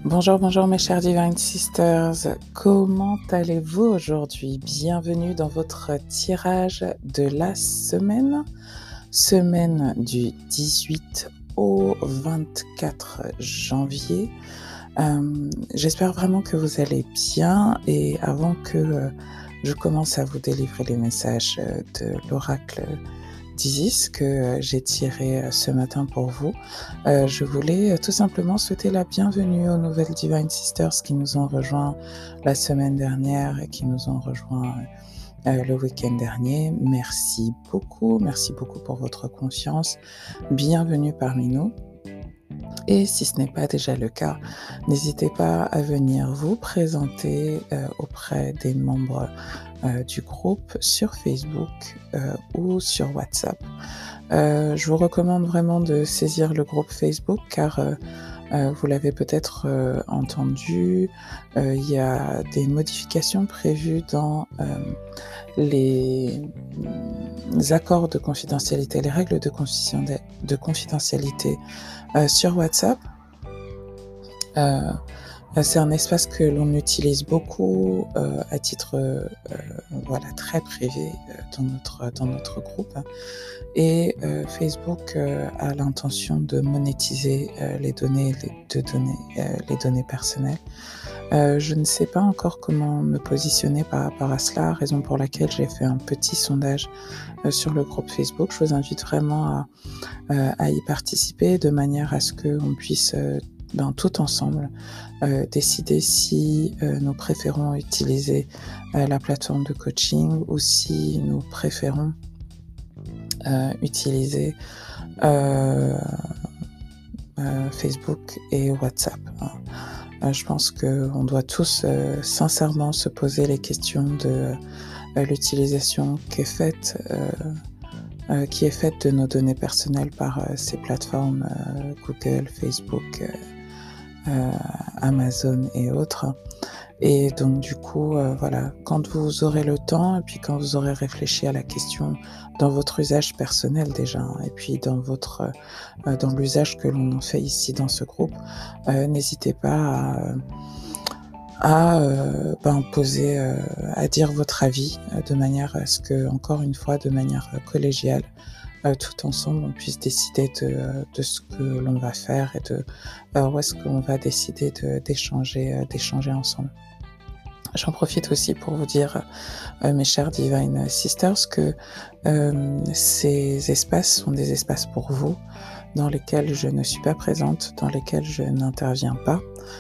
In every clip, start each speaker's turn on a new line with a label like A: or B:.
A: Bonjour, bonjour mes chers Divine Sisters, comment allez-vous aujourd'hui? Bienvenue dans votre tirage de la semaine du 18 au 24 janvier. J'espère vraiment que vous allez bien et avant que je commence à vous délivrer les messages de l'oracle d'Isis que j'ai tiré ce matin pour vous, je voulais tout simplement souhaiter la bienvenue aux nouvelles Divine Sisters qui nous ont rejoints la semaine dernière et qui nous ont rejoints le week-end dernier. Merci beaucoup pour votre confiance. Bienvenue parmi nous. Et si ce n'est pas déjà le cas, n'hésitez pas à venir vous présenter auprès des membres du groupe sur Facebook ou sur WhatsApp. Je vous recommande vraiment de saisir le groupe Facebook car vous l'avez peut-être entendu, il y a des modifications prévues dans les accords de confidentialité, les règles de confidentialité sur WhatsApp. C'est un espace que l'on utilise beaucoup à titre très privé dans notre groupe. Et Facebook a l'intention de monétiser les données personnelles. Je ne sais pas encore comment me positionner par rapport à cela, raison pour laquelle j'ai fait un petit sondage sur le groupe Facebook. Je vous invite vraiment à y participer de manière à ce qu'on puisse tout ensemble décider si nous préférons utiliser la plateforme de coaching ou si nous préférons utiliser Facebook et WhatsApp. Je pense qu'on doit tous sincèrement se poser les questions de l'utilisation qui est faite de nos données personnelles par ces plateformes Google, Facebook, Amazon et autres. Et donc du coup, quand vous aurez le temps et puis quand vous aurez réfléchi à la question dans votre usage personnel déjà, et puis dans l'usage que l'on en fait ici dans ce groupe, n'hésitez pas à dire votre avis de manière à ce que, encore une fois, de manière collégiale, tout ensemble, on puisse décider de ce que l'on va faire et de où est-ce qu'on va décider d'échanger ensemble. J'en profite aussi pour vous dire, mes chers Divine Sisters, que ces espaces sont des espaces pour vous, dans lesquels je ne suis pas présente, dans lesquels je n'interviens pas,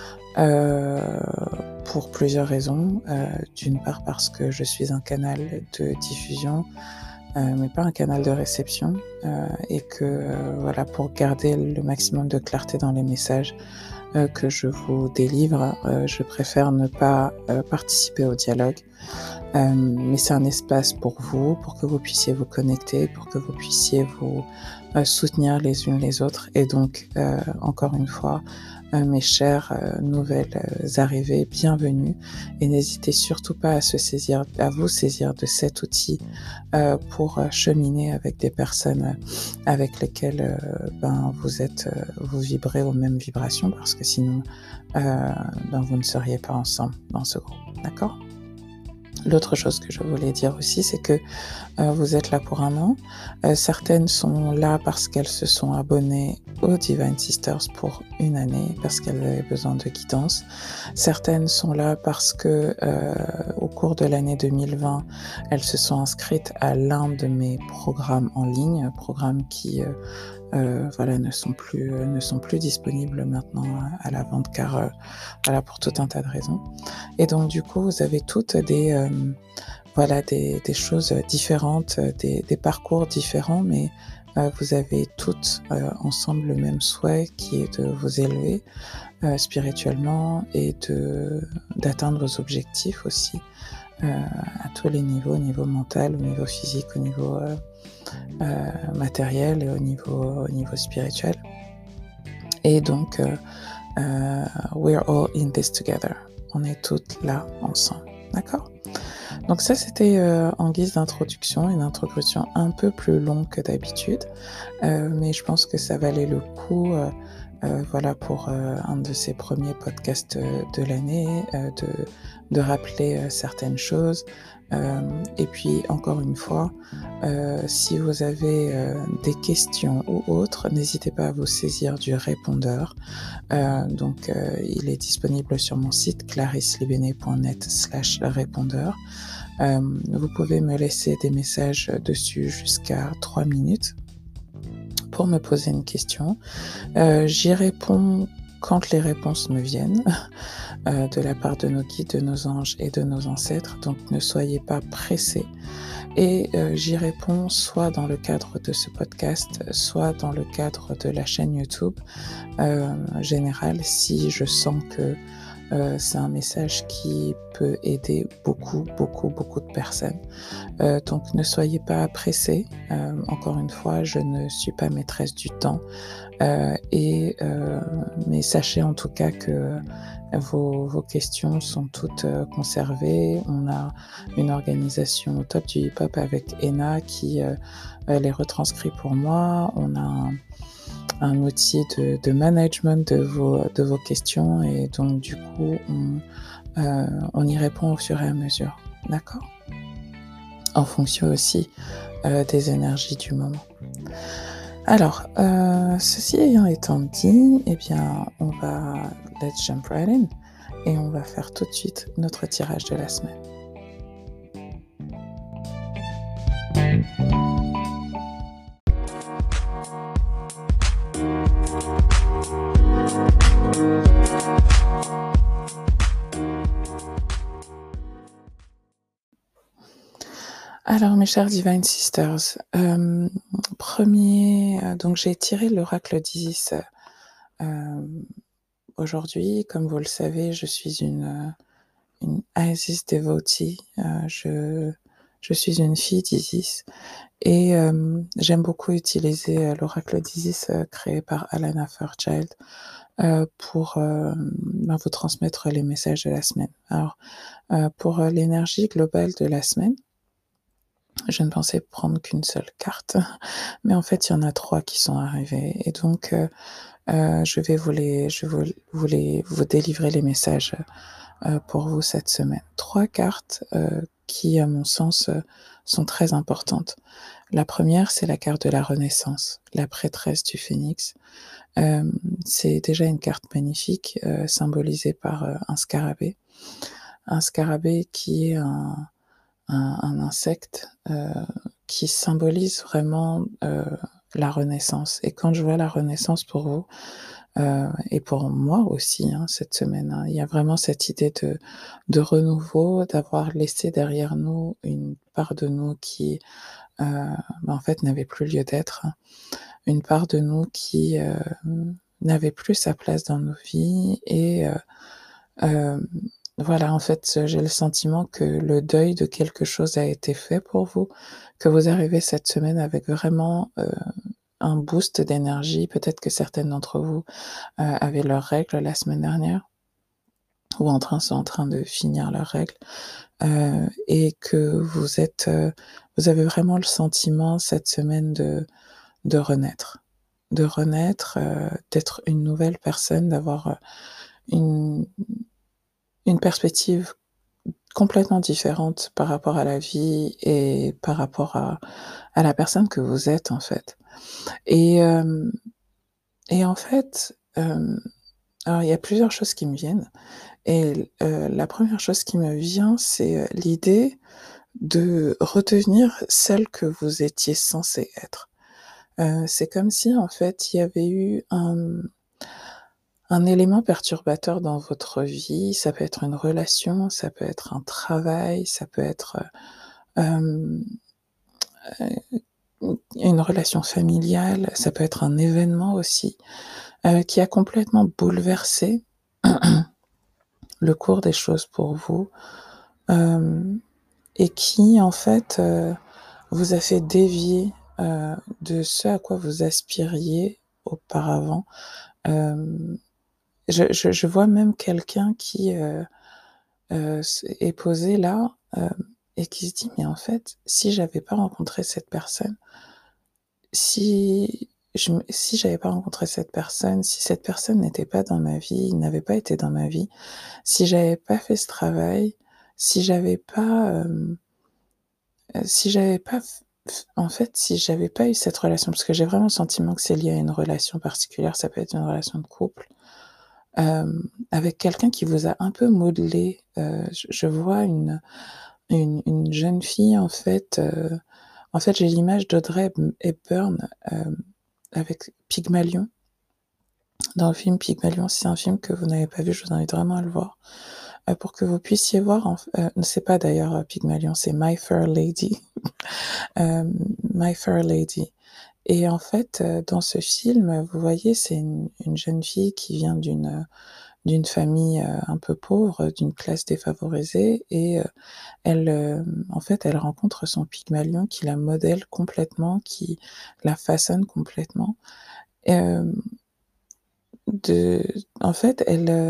A: pour plusieurs raisons. D'une part parce que je suis un canal de diffusion, mais pas un canal de réception, et que pour garder le maximum de clarté dans les messages que je vous délivre, je préfère ne pas participer au dialogue. Mais c'est un espace pour vous, pour que vous puissiez vous connecter, pour que vous puissiez vous soutenir les unes les autres. Et donc, encore une fois, mes chères nouvelles arrivées, bienvenue. Et n'hésitez surtout pas à vous saisir de cet outil pour cheminer avec des personnes avec lesquelles vous vibrez aux mêmes vibrations, parce que sinon, vous ne seriez pas ensemble dans ce groupe. D'accord ? L'autre chose que je voulais dire aussi, c'est que vous êtes là pour un an. Certaines sont là parce qu'elles se sont abonnées aux Divine Sisters pour une année, parce qu'elles avaient besoin de guidance. Certaines sont là parce que au cours de l'année 2020, elles se sont inscrites à l'un de mes programmes en ligne, programmes qui ne sont plus disponibles maintenant à la vente car pour tout un tas de raisons. Et donc du coup, vous avez toutes des choses différentes, des parcours différents, mais vous avez toutes ensemble le même souhait qui est de vous élever spirituellement et d'atteindre vos objectifs aussi à tous les niveaux, au niveau mental, au niveau physique, au niveau matériel et au niveau spirituel. Et donc, we're all in this together. On est toutes là ensemble, d'accord ? Donc ça, c'était, en guise d'introduction, une introduction un peu plus longue que d'habitude, mais je pense que ça valait le coup, voilà, pour, un de ces premiers podcasts, de l'année, de rappeler, certaines choses. Et puis encore une fois, si vous avez, des questions ou autres, n'hésitez pas à vous saisir du répondeur. Donc, il est disponible sur mon site clarisselibenet.net/répondeur. Vous pouvez me laisser des messages dessus jusqu'à 3 minutes pour me poser une question. J'y réponds quand les réponses me viennent, de la part de nos guides, de nos anges et de nos ancêtres, donc ne soyez pas pressés. Et j'y réponds soit dans le cadre de ce podcast, soit dans le cadre de la chaîne YouTube, générale, si je sens que c'est un message qui peut aider beaucoup, beaucoup, beaucoup de personnes. Donc ne soyez pas pressés. Encore une fois, je ne suis pas maîtresse du temps. Mais sachez en tout cas que vos questions sont toutes conservées. On a une organisation au top du hip-hop avec Ena qui les retranscrit pour moi. On a un outil de management de vos questions et donc du coup on y répond au fur et à mesure. D'accord? En fonction aussi des énergies du moment. Alors, ceci ayant étant dit, eh bien, let's jump right in et on va faire tout de suite notre tirage de la semaine. Alors, mes chers Divine Sisters, donc j'ai tiré l'oracle d'Isis aujourd'hui. Comme vous le savez, je suis une Isis devotee. Je suis une fille d'Isis et j'aime beaucoup utiliser l'oracle d'Isis créé par Alana Fairchild pour vous transmettre les messages de la semaine. Alors, pour l'énergie globale de la semaine, je ne pensais prendre qu'une seule carte, mais en fait, il y en a 3 qui sont arrivées et donc je vais vous délivrer les messages pour vous cette semaine. 3 cartes qui, à mon sens, sont très importantes. La première, c'est la carte de la Renaissance, la prêtresse du Phénix. C'est déjà une carte magnifique, symbolisée par un scarabée. Un scarabée qui est un insecte qui symbolise vraiment la Renaissance. Et quand je vois la Renaissance pour vous, et pour moi aussi, hein, cette semaine, hein, il y a vraiment cette idée de renouveau, d'avoir laissé derrière nous une part de nous qui, en fait, n'avait plus lieu d'être. Une part de nous qui n'avait plus sa place dans nos vies et voilà, en fait, j'ai le sentiment que le deuil de quelque chose a été fait pour vous, que vous arrivez cette semaine avec vraiment, un boost d'énergie. Peut-être que certaines d'entre vous, avaient leurs règles la semaine dernière ou sont en train de finir leurs règles, et que vous avez vraiment le sentiment cette semaine de renaître. De renaître, d'être une nouvelle personne, d'avoir, une une perspective complètement différente par rapport à la vie et par rapport à la personne que vous êtes, en fait. Et hem et en fait, alors il y a plusieurs choses qui me viennent et la première chose qui me vient, c'est, l'idée de redevenir celle que vous étiez censée être. C'est comme si, en fait, il y avait eu un élément perturbateur dans votre vie. Ça peut être une relation, ça peut être un travail, ça peut être, hem, une relation familiale, ça peut être un événement aussi, qui a complètement bouleversé le cours des choses pour vous, hem et qui en fait, vous a fait dévier, de ce à quoi vous aspiriez auparavant. Hem, je vois même quelqu'un qui, est posé là, et qui se dit: «Mais en fait, si j'avais pas rencontré cette personne, si j'avais pas rencontré cette personne, si cette personne n'était pas dans ma vie, n'avait pas été dans ma vie, si j'avais pas fait ce travail, si j'avais pas, si j'avais pas f f en fait, si j'avais pas eu cette relation», parce que j'ai vraiment le sentiment que c'est lié à une relation particulière, ça peut être une relation de couple, avec quelqu'un qui vous a un peu modelé, je vois une jeune fille en fait, j'ai l'image d'Audrey Hepburn, avec Pygmalion. Dans le film Pygmalion, si c'est un film que vous n'avez pas vu, je vous invite vraiment à le voir, pour que vous puissiez voir c'est pas d'ailleurs, Pygmalion, c'est My Fair Lady, My Fair Lady et en fait, dans ce film, vous voyez, c'est une jeune fille qui vient d'une famille, un peu pauvre, d'une classe défavorisée et elle, en fait, elle rencontre son Pygmalion qui la modèle complètement, qui la façonne complètement. Hem, de En fait,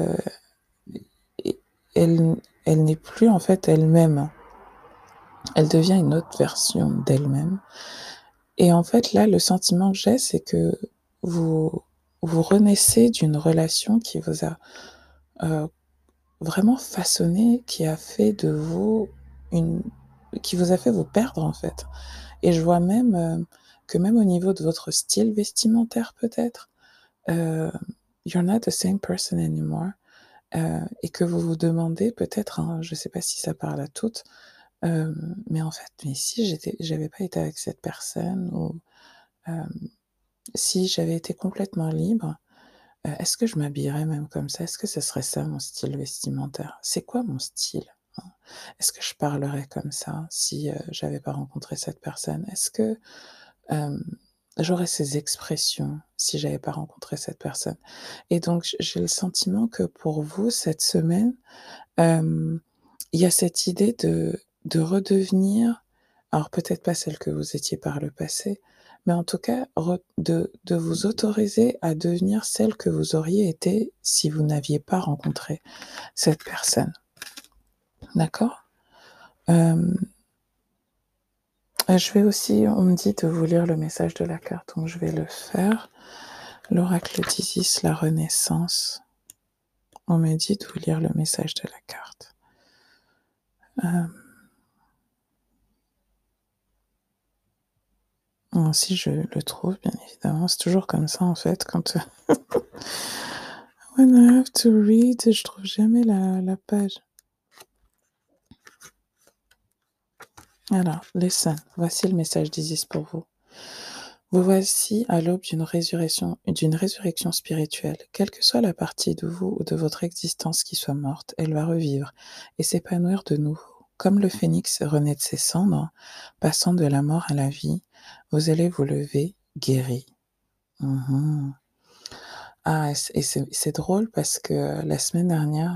A: elle elle n'est plus, en fait, elle-même. Elle devient une autre version d'elle-même et en fait, là, le sentiment que j'ai, c'est que vous vous renaissez d'une relation qui vous a, heu, vraiment façonné, qui a fait de vous une qui vous a fait vous perdre, en fait. Et je vois même, que même au niveau de votre style vestimentaire peut-être, heu, you're not the same person anymore, et que vous vous demandez peut-être, hein, je sais pas si ça parle à toutes, mais en fait, mais si j'avais pas été avec cette personne ou, hem, si j'avais été complètement libre, est-ce que je m'habillerais même comme ça? Est-ce que ce serait ça mon style vestimentaire? C'est quoi mon style, hein? Est-ce que je parlerais comme ça si, j'avais pas rencontré cette personne? Est-ce que Hem, j'aurais ces expressions si j'avais pas rencontré cette personne et donc j'ai le sentiment que pour vous, cette semaine, hem, il y a cette idée de redevenir, alors peut-être pas celle que vous étiez par le passé, mais en tout cas de vous autoriser à devenir celle que vous auriez été si vous n'aviez pas rencontré cette personne. D'accord? Hem, je vais aussi on me dit de vous lire le message de la carte, donc je vais le faire. L'oracle d'Isis, la Renaissance. On m'a dit de vous lire le message de la carte. Si je le trouve, bien évidemment, c'est toujours comme ça en fait, quand when I have to read, je trouve jamais la page. Alors, listen, voici le message d'Isis pour vous. Vous voici à l'aube d'une résurrection spirituelle. Quelle que soit la partie de vous ou de votre existence qui soit morte, elle va revivre et s'épanouir de nouveau. Comme le phénix renaît de ses cendres, passant de la mort à la vie, vous allez vous lever guéri. Mhm. Ah, c'est drôle parce que la semaine dernière,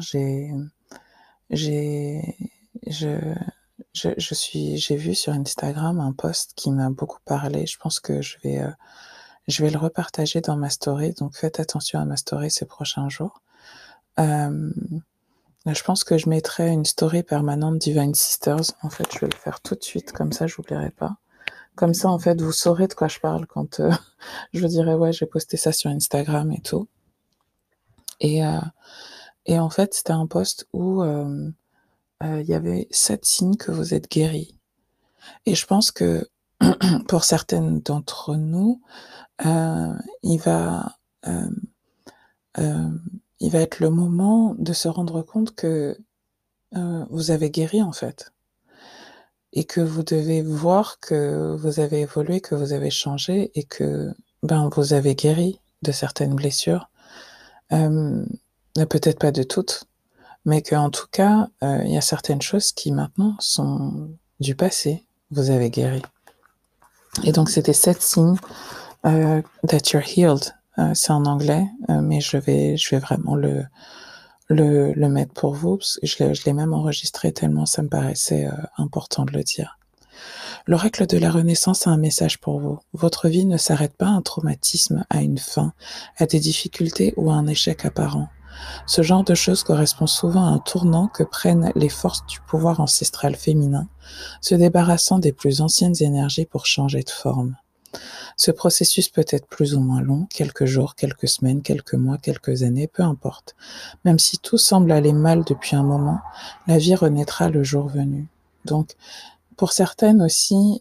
A: j'ai, je, j'ai vu sur Instagram un post qui m'a beaucoup parlé. Je pense que je vais le repartager dans ma story, donc faites attention à ma story ces prochains jours. Hem, je pense que je mettrai une story permanente Divine Sisters. En fait, je vais le faire tout de suite, comme ça j'oublierai pas. Comme ça, en fait, vous saurez de quoi je parle quand, je vous dirai: «Ouais, j'ai posté ça sur Instagram et tout» et heu et en fait, c'était un post où, il y avait 7 signes que vous êtes guéris et je pense que pour certaines d'entre nous, heu, il va, hem Hem, il va être le moment de se rendre compte que, vous avez guéri, en fait et que vous devez voir que vous avez évolué, que vous avez changé et que, ben, vous avez guéri de certaines blessures. Hem, peut-être pas de toutes, mais qu'en tout cas, il y a certaines choses qui maintenant sont du passé. Vous avez guéri et donc c'était 7 signes, that you're healed. C'est en anglais, mais je vais vraiment le mettre pour vous, parce que je l'ai même enregistré tellement ça me paraissait, important de le dire. L'oracle de la Renaissance a un message pour vous. Votre vie ne s'arrête pas à un traumatisme, à une fin, à des difficultés ou à un échec apparent. Ce genre de choses correspond souvent à un tournant que prennent les forces du pouvoir ancestral féminin, se débarrassant des plus anciennes énergies pour changer de forme. Ce processus peut être plus ou moins long, quelques jours, quelques semaines, quelques mois, quelques années, peu importe. Même si tout semble aller mal depuis un moment, la vie renaîtra le jour venu. Donc, pour certaines aussi,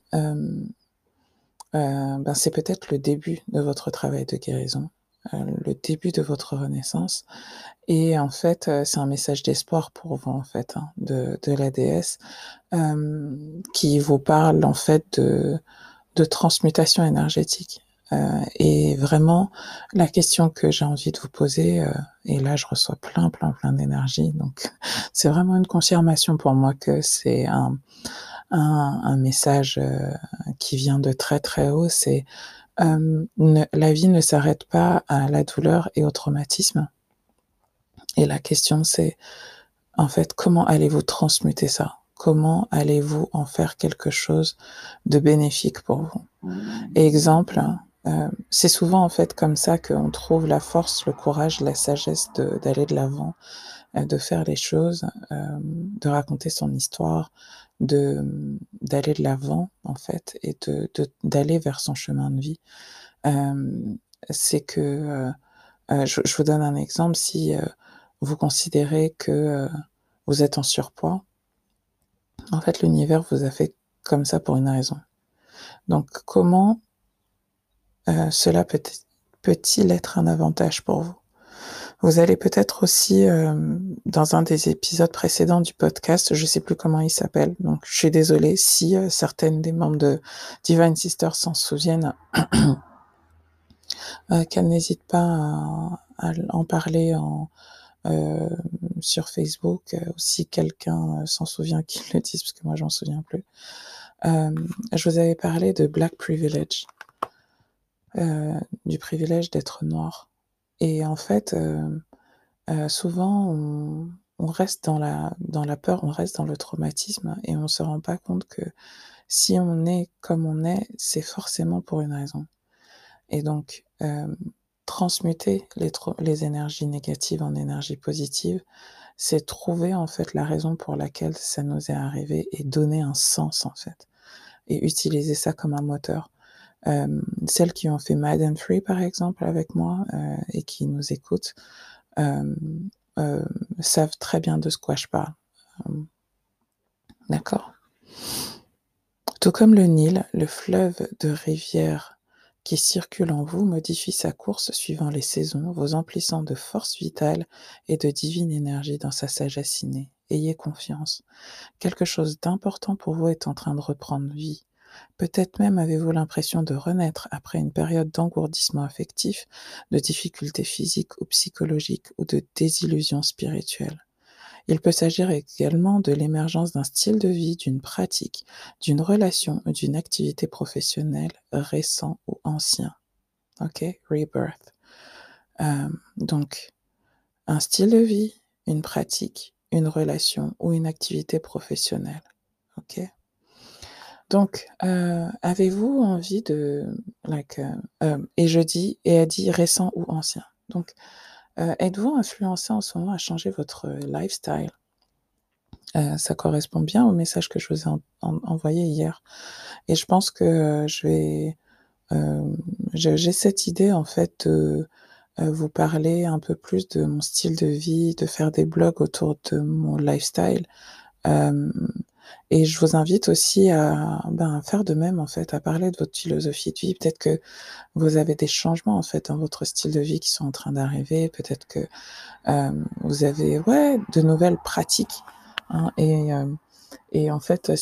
A: c'est peut-être le début de votre travail de guérison, le début de votre renaissance. Et en fait, c'est un message d'espoir pour vous, en fait, hein, de la déesse, qui vous parle, en fait, de transmutation énergétique. Et vraiment, la question que j'ai envie de vous poser, et là, je reçois plein d'énergie, donc c'est vraiment une confirmation pour moi que c'est un message qui vient de très haut, c'est la vie ne s'arrête pas à la douleur et au traumatisme. Et la question, c'est en fait, comment allez-vous transmuter ça? Comment allez-vous en faire quelque chose de bénéfique pour vous? Exemple, c'est souvent en fait comme ça qu'on trouve la force, le courage, la sagesse d'aller de l'avant, de faire les choses, de raconter son histoire, d'aller de l'avant en fait et d'aller vers son chemin de vie. C'est que je vous donne un exemple. Si vous considérez que vous êtes en surpoids, en fait, l'univers vous a fait comme ça pour une raison. Donc, comment cela peut-il être un avantage pour vous? Vous allez peut-être aussi, dans un des épisodes précédents du podcast, je ne sais plus comment il s'appelle, donc je suis désolée si certaines des membres de Divine Sisters s'en souviennent, qu'elles n'hésitent pas à en parler euh, sur Facebook. Si quelqu'un s'en souvient, qu'il le dise, parce que moi, j'en souviens plus. Je vous avais parlé de Black Privilege, du privilège d'être noir. Et en fait, souvent, on reste dans la peur, on reste dans le traumatisme et on ne se rend pas compte que si on est comme on est, c'est forcément pour une raison. Et donc, transmuter les énergies négatives en énergie positive, c'est trouver en fait la raison pour laquelle ça nous est arrivé et donner un sens en fait. Et utiliser ça comme un moteur. Celles qui ont fait Mad and Free par exemple avec moi et qui nous écoutent, euh, savent très bien de quoi je parle. D'accord. Tout comme le Nil, le fleuve de rivière qui circule en vous modifie sa course suivant les saisons, vous emplissant de force vitale et de divine énergie dans sa sagesse innée. Ayez confiance. Quelque chose d'important pour vous est en train de reprendre vie. Peut-être même avez-vous l'impression de renaître après une période d'engourdissement affectif, de difficultés physiques ou psychologiques ou de désillusion spirituelle. Il peut s'agir également de l'émergence d'un style de vie, d'une pratique, d'une relation ou d'une activité professionnelle récent ou ancien. OK? Rebirth. Donc, un style de vie, une pratique, une relation ou une activité professionnelle. OK? Donc, avez-vous envie de, et je dis, et elle dit récent ou ancien. Donc, êtes-vous influencé en ce moment à changer votre lifestyle? Ça correspond bien au message que je vous ai envoyé hier. Et je pense que j'ai cette idée en fait de vous parler un peu plus de mon style de vie, de faire des blogs autour de mon lifestyle. Euh, et je vous invite aussi à faire de même en fait, à parler de votre philosophie de vie. Peut-être que vous avez des changements en fait dans votre style de vie qui sont en train d'arriver. Peut-être que vous avez de nouvelles pratiques. Hein, et en fait,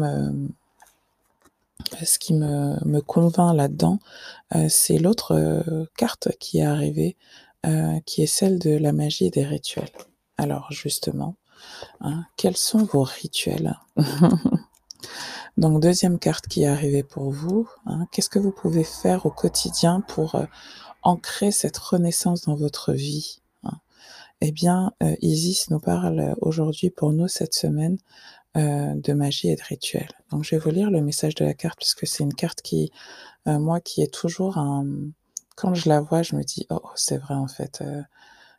A: ce qui me convainc là-dedans, c'est l'autre carte qui est arrivée, qui est celle de la magie et des rituels. Alors justement, hein, quels sont vos rituels? Donc deuxième carte qui est arrivée pour vous, hein, qu'est-ce que vous pouvez faire au quotidien pour ancrer cette renaissance dans votre vie? Hein. Eh bien, Isis nous parle aujourd'hui pour nous cette semaine de magie et de rituel. Donc je vais vous lire le message de la carte puisque c'est une carte qui, moi, qui est toujours un... Quand je la vois, je me dis, oh, c'est vrai en fait.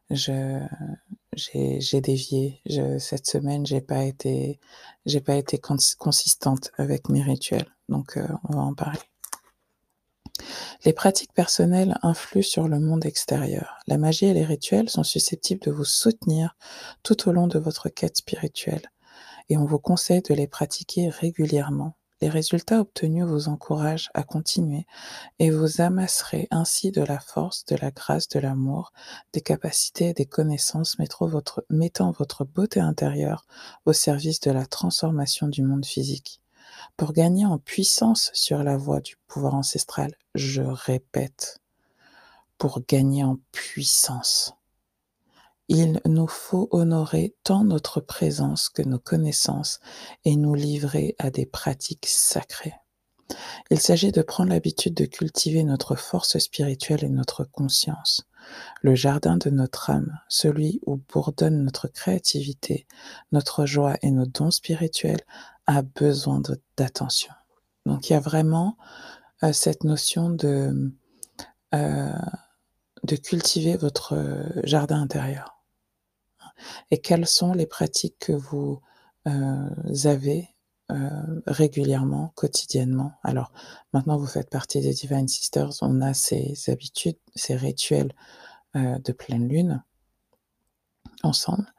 A: Je j'ai dévié. Cette semaine, j'ai pas été consistante avec mes rituels, donc on va en parler. Les pratiques personnelles influent sur le monde extérieur. La magie et les rituels sont susceptibles de vous soutenir tout au long de votre quête spirituelle et on vous conseille de les pratiquer régulièrement. Les résultats obtenus vous encouragent à continuer et vous amasserez ainsi de la force, de la grâce, de l'amour, des capacités et des connaissances mettant votre beauté intérieure au service de la transformation du monde physique. Pour gagner en puissance sur la voie du pouvoir ancestral, je répète, pour gagner en puissance, il nous faut honorer tant notre présence que nos connaissances et nous livrer à des pratiques sacrées. Il s'agit de prendre l'habitude de cultiver notre force spirituelle et notre conscience, le jardin de notre âme, celui où bourdonne notre créativité, notre joie et nos dons spirituels, a besoin d'attention. Donc il y a vraiment cette notion euh, de cultiver votre jardin intérieur. Et quelles sont les pratiques que vous avez régulièrement, quotidiennement? Alors, maintenant, vous faites partie des Divine Sisters, on a ces habitudes, ces rituels de pleine lune ensemble.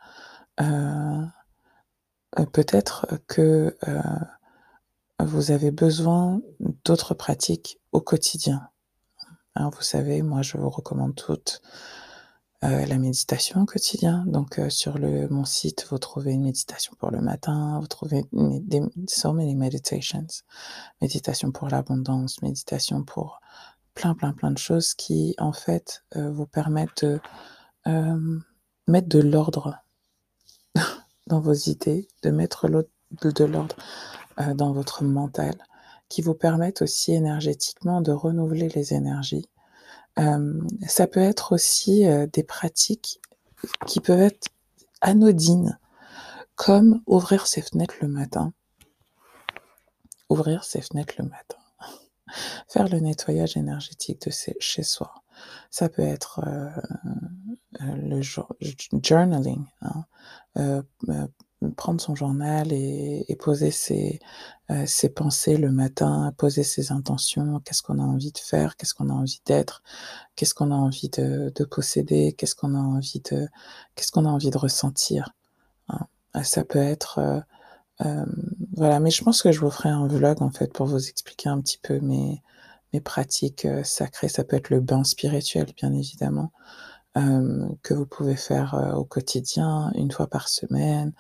A: Peut-être que vous avez besoin d'autres pratiques au quotidien. Hein, vous savez, moi, je vous recommande toutes la méditation au quotidien. Donc, sur mon site, vous trouvez une méditation pour le matin, vous trouvez so many meditations. Méditation pour l'abondance, méditation pour plein de choses qui, en fait, vous permettent de mettre de l'ordre dans vos idées, de mettre de l'ordre dans votre mental, qui vous permettent aussi énergétiquement de renouveler les énergies. Ça peut être aussi des pratiques qui peuvent être anodines, comme ouvrir ses fenêtres le matin. Ouvrir ses fenêtres le matin. Faire le nettoyage énergétique de chez soi. Ça peut être le journaling, hein, prendre son journal et poser ses pensées le matin, poser ses intentions, qu'est-ce qu'on a envie de faire, qu'est-ce qu'on a envie d'être, qu'est-ce qu'on a envie de posséder, qu'est-ce qu'on a envie de ressentir, hein. Ça peut être voilà, mais je pense que je vous ferai un vlog en fait pour vous expliquer un petit peu mes pratiques sacrées. Ça peut être le bain spirituel, bien évidemment, que vous pouvez faire au quotidien, une fois par semaine.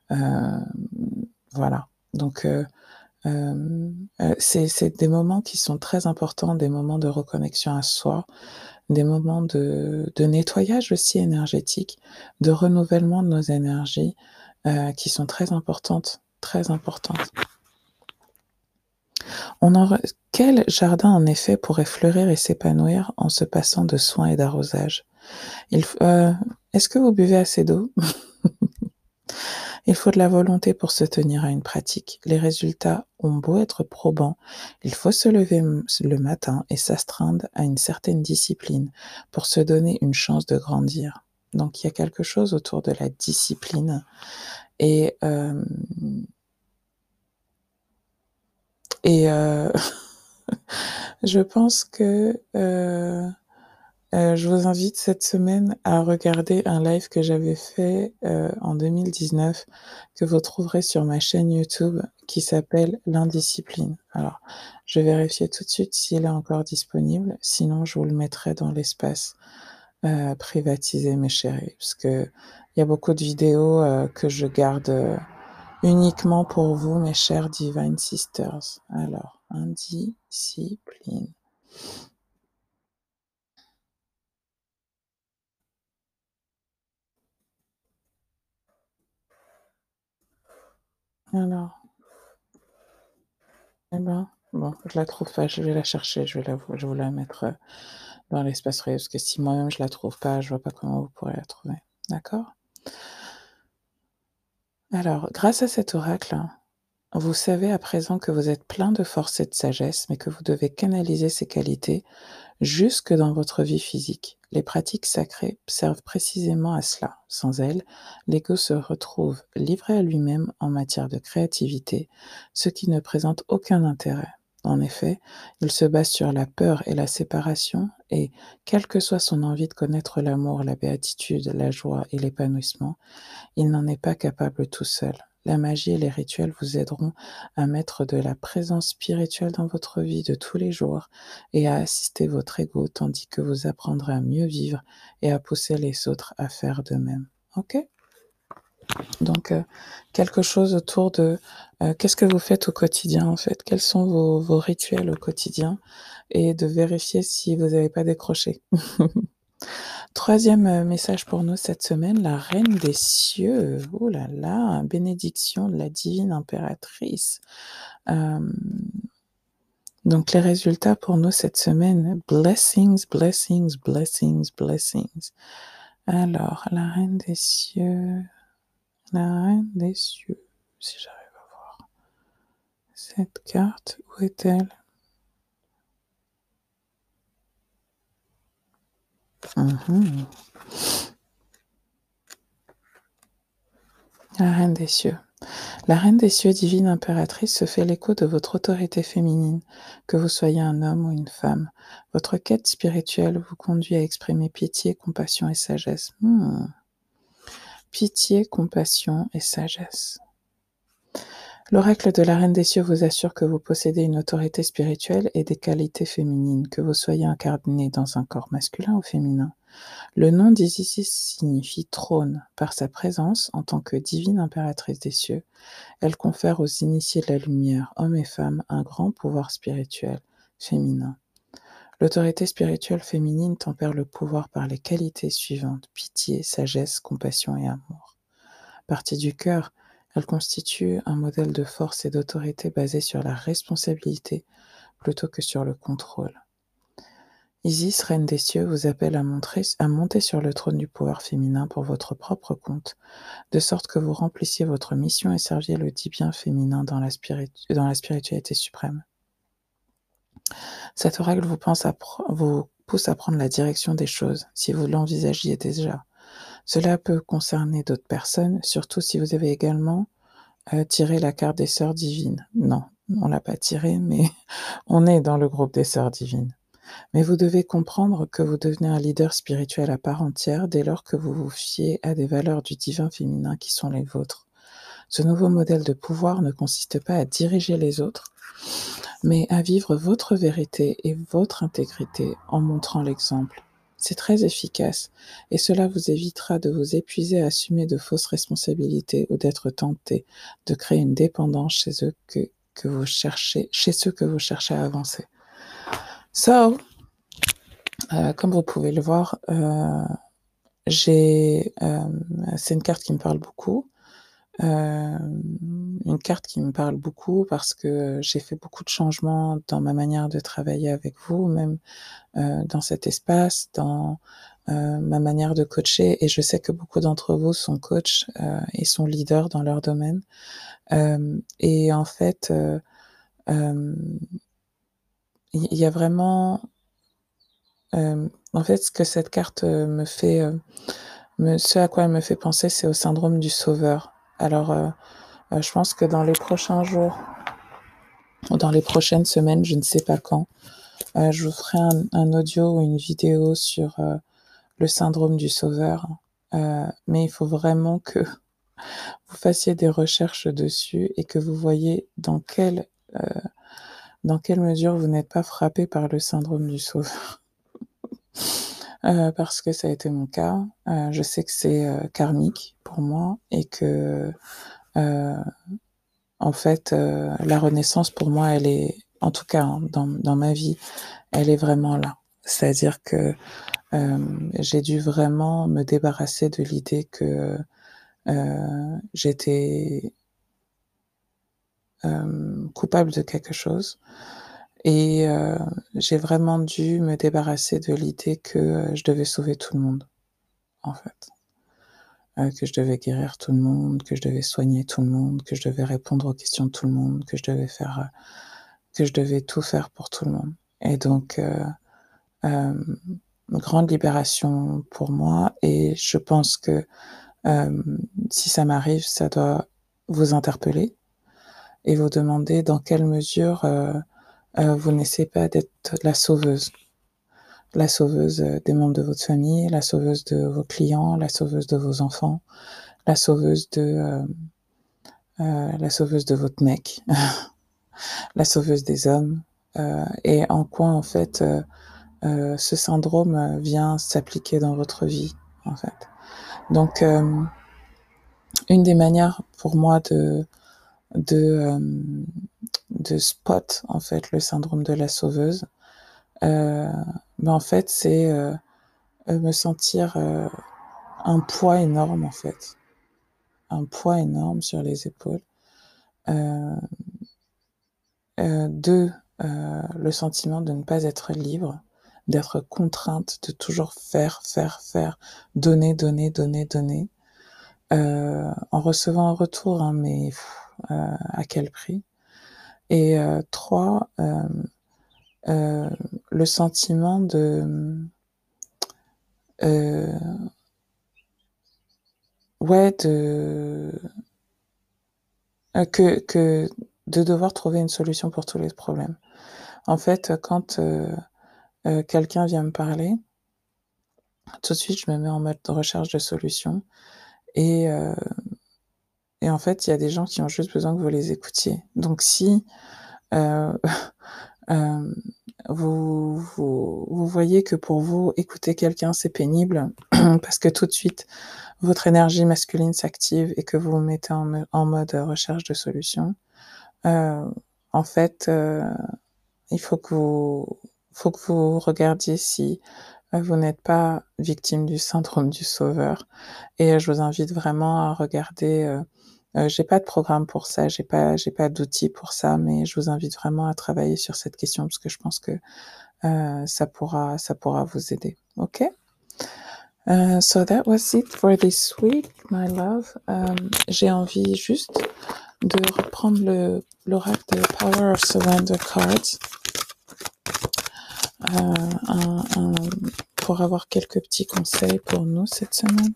A: Voilà. Donc, c'est des moments qui sont très importants, des moments de reconnexion à soi, des moments de nettoyage aussi énergétique, de renouvellement de nos énergies qui sont très importantes, très importantes. Quel jardin, en effet, pourrait fleurir et s'épanouir en se passant de soins et d'arrosage? Est-ce que vous buvez assez d'eau? Il faut de la volonté pour se tenir à une pratique. Les résultats ont beau être probants, il faut se lever le matin et s'astreindre à une certaine discipline pour se donner une chance de grandir. Donc il y a quelque chose autour de la discipline et je pense que je vous invite cette semaine à regarder un live que j'avais fait en 2019, que vous trouverez sur ma chaîne YouTube, qui s'appelle l'indiscipline. Alors, je vais vérifier tout de suite s'il est encore disponible, sinon je vous le mettrai dans l'espace privatisé, mes chéris, parce que il y a beaucoup de vidéos que je garde uniquement pour vous, mes chers Divine Sisters. Alors, indiscipline. Alors, eh ben, bon, je la trouve pas, je vais la chercher, je vais vous la mettre dans l'espace réel, parce que si moi-même je la trouve pas, je vois pas comment vous pourrez la trouver. D'accord? Alors, grâce à cet oracle, Vous savez à présent que vous êtes plein de force et de sagesse, mais que vous devez canaliser ces qualités jusque dans votre vie physique. Les pratiques sacrées servent précisément à cela. Sans elles, l'ego se retrouve livré à lui-même en matière de créativité, ce qui ne présente aucun intérêt. En effet, il se base sur la peur et la séparation, et quelle que soit son envie de connaître l'amour, la béatitude, la joie et l'épanouissement, il n'en est pas capable tout seul. La magie et les rituels vous aideront à mettre de la présence spirituelle dans votre vie de tous les jours et à assister votre ego, tandis que vous apprendrez à mieux vivre et à pousser les autres à faire de même. Ok? Donc, quelque chose autour de qu'est-ce que vous faites au quotidien en fait? Quels sont vos rituels au quotidien? Et de vérifier si vous n'avez pas décroché. Troisième message pour nous cette semaine, la reine des cieux. Oh là là, bénédiction de la divine impératrice. Donc les résultats pour nous cette semaine, blessings, blessings, blessings, blessings. Alors, la reine des cieux, la reine des cieux, si j'arrive à voir cette carte, où est-elle? La reine des cieux. La reine des cieux, divine impératrice, se fait l'écho de votre autorité féminine, que vous soyez un homme ou une femme. Votre quête spirituelle vous conduit à exprimer pitié, compassion et sagesse. Pitié, compassion et sagesse. L'oracle de la reine des cieux vous assure que vous possédez une autorité spirituelle et des qualités féminines, que vous soyez incarné dans un corps masculin ou féminin. Le nom d'Isis signifie trône. Par sa présence, en tant que divine impératrice des cieux, elle confère aux initiés de la lumière, hommes et femmes, un grand pouvoir spirituel féminin. L'autorité spirituelle féminine tempère le pouvoir par les qualités suivantes: pitié, sagesse, compassion et amour. Partie du cœur, elle constitue un modèle de force et d'autorité basé sur la responsabilité plutôt que sur le contrôle. Isis, reine des cieux, vous appelle à monter sur le trône du pouvoir féminin pour votre propre compte, de sorte que vous remplissiez votre mission et serviez le dit bien féminin dans la spiritualité suprême. Cet oracle vous pousse à prendre la direction des choses, si vous l'envisagiez déjà. Cela peut concerner d'autres personnes, surtout si vous avez également tiré la carte des sœurs divines. Non, on l'a pas tirée, mais on est dans le groupe des sœurs divines. Mais vous devez comprendre que vous devenez un leader spirituel à part entière dès lors que vous vous fiez à des valeurs du divin féminin qui sont les vôtres. Ce nouveau modèle de pouvoir ne consiste pas à diriger les autres, mais à vivre votre vérité et votre intégrité en montrant l'exemple. C'est très efficace et cela vous évitera de vous épuiser à assumer de fausses responsabilités ou d'être tenté de créer une dépendance chez ceux que vous cherchez à avancer. So, comme vous pouvez le voir, c'est une carte qui me parle beaucoup. Une carte qui me parle beaucoup parce que j'ai fait beaucoup de changements dans ma manière de travailler avec vous, même dans cet espace, dans ma manière de coacher. Et je sais que beaucoup d'entre vous sont coachs et sont leaders dans leur domaine. Et en fait, il y a vraiment... en fait, ce que cette carte me fait... ce à quoi elle me fait penser, c'est au syndrome du sauveur. Alors, je pense que dans les prochains jours, ou dans les prochaines semaines, je ne sais pas quand, je vous ferai un audio ou une vidéo sur le syndrome du sauveur. Mais il faut vraiment que vous fassiez des recherches dessus et que vous voyez dans quelle mesure vous n'êtes pas frappé par le syndrome du sauveur. Parce que ça a été mon cas. Je sais que c'est karmique pour moi et que en fait, la renaissance pour moi, elle est, en tout cas hein, dans ma vie, elle est vraiment là. C'est-à-dire que j'ai dû vraiment me débarrasser de l'idée que j'étais coupable de quelque chose. Et j'ai vraiment dû me débarrasser de l'idée que je devais sauver tout le monde, en fait. que je devais guérir tout le monde, que je devais soigner tout le monde, que je devais répondre aux questions de tout le monde, que je devais tout faire pour tout le monde. Et donc, une grande libération pour moi. Et je pense que si ça m'arrive, ça doit vous interpeller et vous demander dans quelle mesure vous n'essayez pas d'être la sauveuse des membres de votre famille, la sauveuse de vos clients, la sauveuse de vos enfants, la sauveuse la sauveuse de votre mec, la sauveuse des hommes, et en quoi en fait ce syndrome vient s'appliquer dans votre vie en fait. Donc une des manières pour moi de, de spot en fait le syndrome de la sauveuse, ben en fait c'est me sentir un poids énorme en fait, un poids énorme sur les épaules. Euh, Deux, le sentiment de ne pas être libre, d'être contrainte, de toujours faire, faire, faire, donner, donner, donner, donner, en recevant un retour, hein, mais à quel prix? Et trois, le sentiment euh, ouais, que de devoir trouver une solution pour tous les problèmes. En fait, quand quelqu'un vient me parler, tout de suite, je me mets en mode de recherche de solutions. Et, euh, et en fait, il y a des gens qui ont juste besoin que vous les écoutiez. Donc, si euh, euh, vous voyez que pour vous, écouter quelqu'un, c'est pénible, parce que tout de suite, votre énergie masculine s'active et que vous vous mettez en mode recherche de solutions, euh, en fait, il faut que vous regardiez si vous n'êtes pas victime du syndrome du sauveur. Et je vous invite vraiment à regarder. J'ai pas de programme pour ça, j'ai pas d'outils pour ça, mais je vous invite vraiment à travailler sur cette question parce que je pense que ça pourra vous aider. Ok? So that was it for this week, my love. J'ai envie juste de reprendre l'oracle de Power of Surrender Cards pour avoir quelques petits conseils pour nous cette semaine.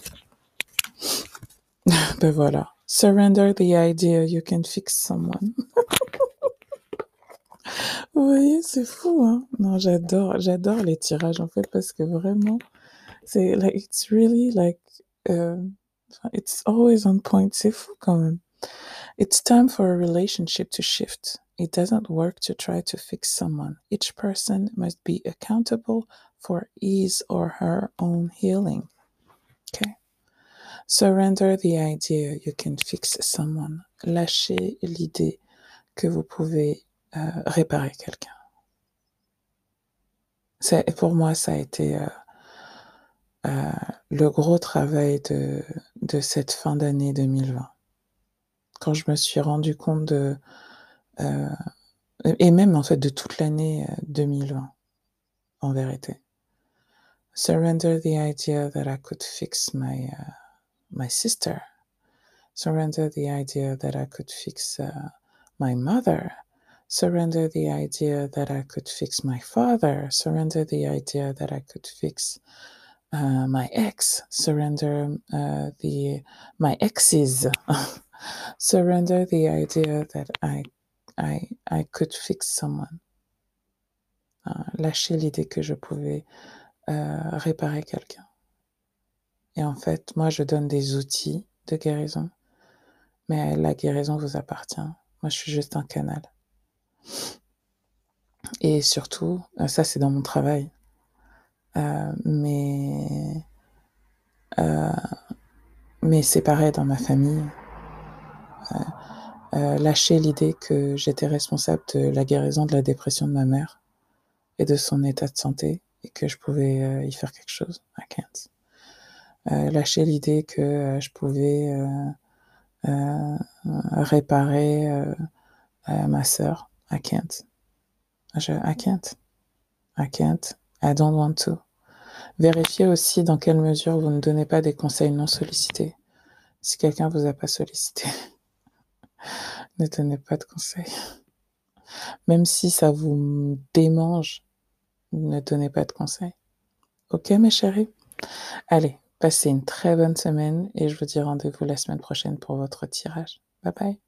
A: Ben voilà. Surrender the idea you can fix someone. Vous voyez, c'est fou, hein? Non, j'adore les tirages en fait parce que vraiment, c'est like, it's really like, it's always on point. C'est fou quand même. It's time for a relationship to shift. It doesn't work to try to fix someone. Each person must be accountable for his or her own healing. Okay? Surrender the idea you can fix someone. Lâchez l'idée que vous pouvez réparer quelqu'un. Pour moi, ça a été le gros travail de cette fin d'année 2020. Quand je me suis rendu compte et même en fait de toute l'année 2020, en vérité. Surrender the idea that I could fix my sister. Surrender the idea that I could fix my mother. Surrender the idea that I could fix my father. Surrender the idea that I could fix my ex. Surrender my exes. Surrender the idea that I could fix someone. Lâcher l'idée que je pouvais réparer quelqu'un. Et en fait, moi, je donne des outils de guérison, mais la guérison vous appartient. Moi, je suis juste un canal. Et surtout, ça, c'est dans mon travail. Mais c'est pareil dans ma famille. Lâcher l'idée que j'étais responsable de la guérison de la dépression de ma mère et de son état de santé et que je pouvais y faire quelque chose. I can't. Lâcher l'idée que je pouvais réparer ma sœur. I can't. I can't. I don't want to. Vérifiez aussi dans quelle mesure vous ne donnez pas des conseils non sollicités. Si quelqu'un vous a pas sollicité, ne donnez pas de conseils. Même si ça vous démange, ne donnez pas de conseils. Ok, mes chéris? Allez, passez une très bonne semaine et je vous dis rendez-vous la semaine prochaine pour votre tirage. Bye bye.